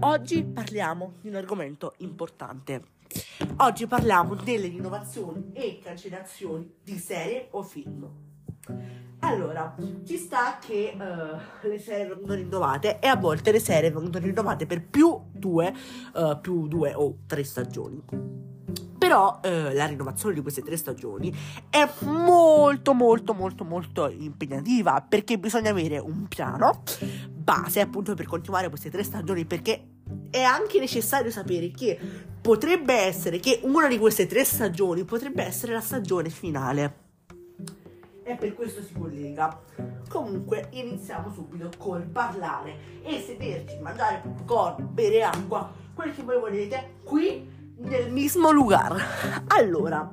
Oggi parliamo di un argomento importante. Oggi parliamo delle rinnovazioni e cancellazioni di serie o film. Allora, ci sta che le serie vengono rinnovate e a volte le serie vengono rinnovate per più due o 3 stagioni. Però la rinnovazione di queste 3 stagioni è molto impegnativa, perché bisogna avere un piano base appunto per continuare queste 3 stagioni, perché è anche necessario sapere che potrebbe essere che una di queste 3 stagioni potrebbe essere la stagione finale. E per questo si collega. Comunque iniziamo subito col parlare e sederci, mangiare popcorn, bere acqua, quel che voi volete, qui nel mismo lugar. Allora,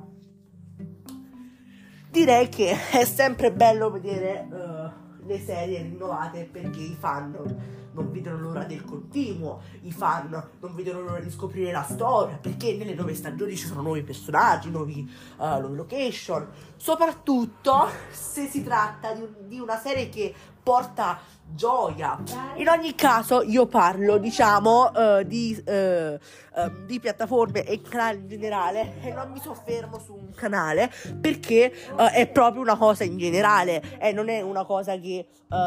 direi che è sempre bello vedere le serie rinnovate, perché i fan non vedono l'ora del continuo, i fan non vedono l'ora di scoprire la storia, perché nelle nuove stagioni ci sono nuovi personaggi, nuove location, soprattutto se si tratta di una serie che porta gioia. In ogni caso io parlo di piattaforme e canali in generale, e non mi soffermo su un canale, perché è proprio una cosa in generale e non è una cosa che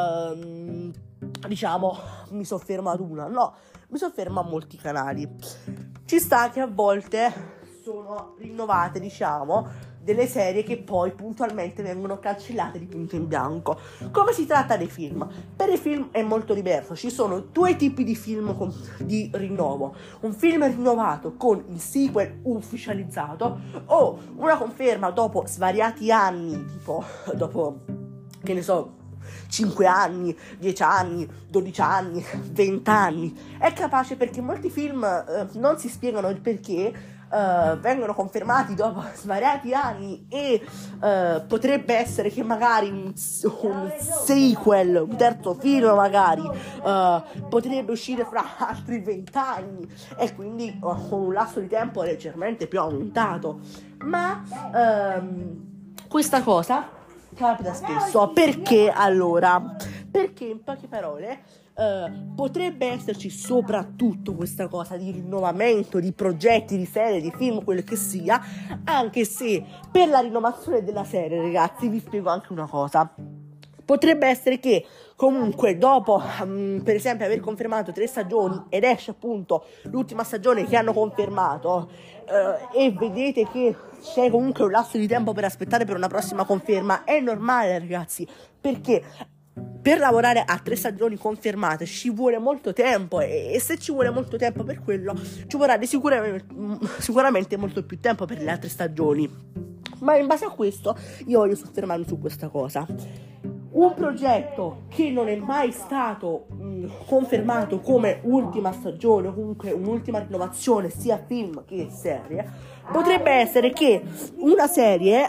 mi soffermo ad una, no, mi soffermo a molti canali. Ci sta che a volte sono rinnovate delle serie che poi puntualmente vengono cancellate di punto in bianco. Come si tratta dei film? Per i film è molto diverso, ci sono 2 tipi di film di rinnovo: un film rinnovato con il sequel ufficializzato, o una conferma dopo svariati anni, tipo dopo, che ne so, 5 anni, 10 anni, 12 anni, 20 anni. È capace, perché molti film non si spiegano il perché vengono confermati dopo svariati anni, e potrebbe essere che magari un sequel, un terzo film magari potrebbe uscire fra altri 20 anni, e quindi con un lasso di tempo leggermente più aumentato. Ma questa cosa capita spesso. Perché allora? Perché in poche parole potrebbe esserci soprattutto questa cosa di rinnovamento di progetti, di serie, di film, quello che sia, anche se per la rinnovazione della serie, ragazzi, vi spiego anche una cosa. Potrebbe essere che comunque dopo per esempio aver confermato 3 stagioni ed esce appunto l'ultima stagione che hanno confermato, e vedete che c'è comunque un lasso di tempo per aspettare per una prossima conferma. È normale, ragazzi, perché per lavorare a 3 stagioni confermate ci vuole molto tempo, e se ci vuole molto tempo per quello, ci vorrà sicuramente molto più tempo per le altre stagioni. Ma in base a questo io voglio soffermarmi su questa cosa. Un progetto che non è mai stato confermato come ultima stagione, o comunque un'ultima rinnovazione sia film che serie, potrebbe essere che una serie,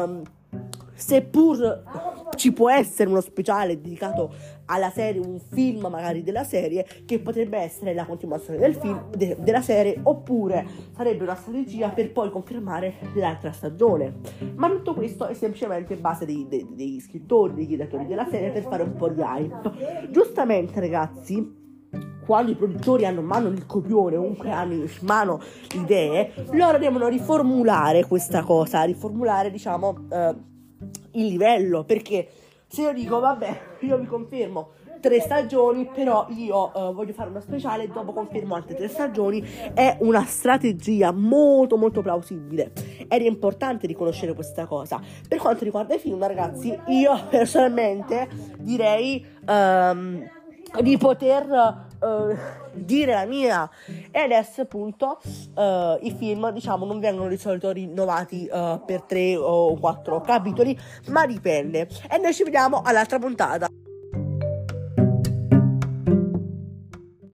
seppur ci può essere uno speciale dedicato alla serie, un film magari della serie, che potrebbe essere la continuazione del film, della serie, oppure sarebbe una strategia per poi confermare l'altra stagione. Ma tutto questo è semplicemente in base degli scrittori, degli editori della serie, per fare un po' di hype. Giustamente, ragazzi, quando i produttori hanno in mano il copione, comunque hanno in mano idee, loro devono riformulare questa cosa, riformulare il livello, perché se io dico vabbè, io vi confermo 3 stagioni, però io voglio fare una speciale e dopo confermo altre 3 stagioni, è una strategia molto plausibile, ed è importante riconoscere questa cosa. Per quanto riguarda i film, ragazzi, io personalmente direi di poter dire la mia, e adesso appunto i film non vengono di solito rinnovati per 3 o 4 capitoli, ma dipende. E noi ci vediamo all'altra puntata.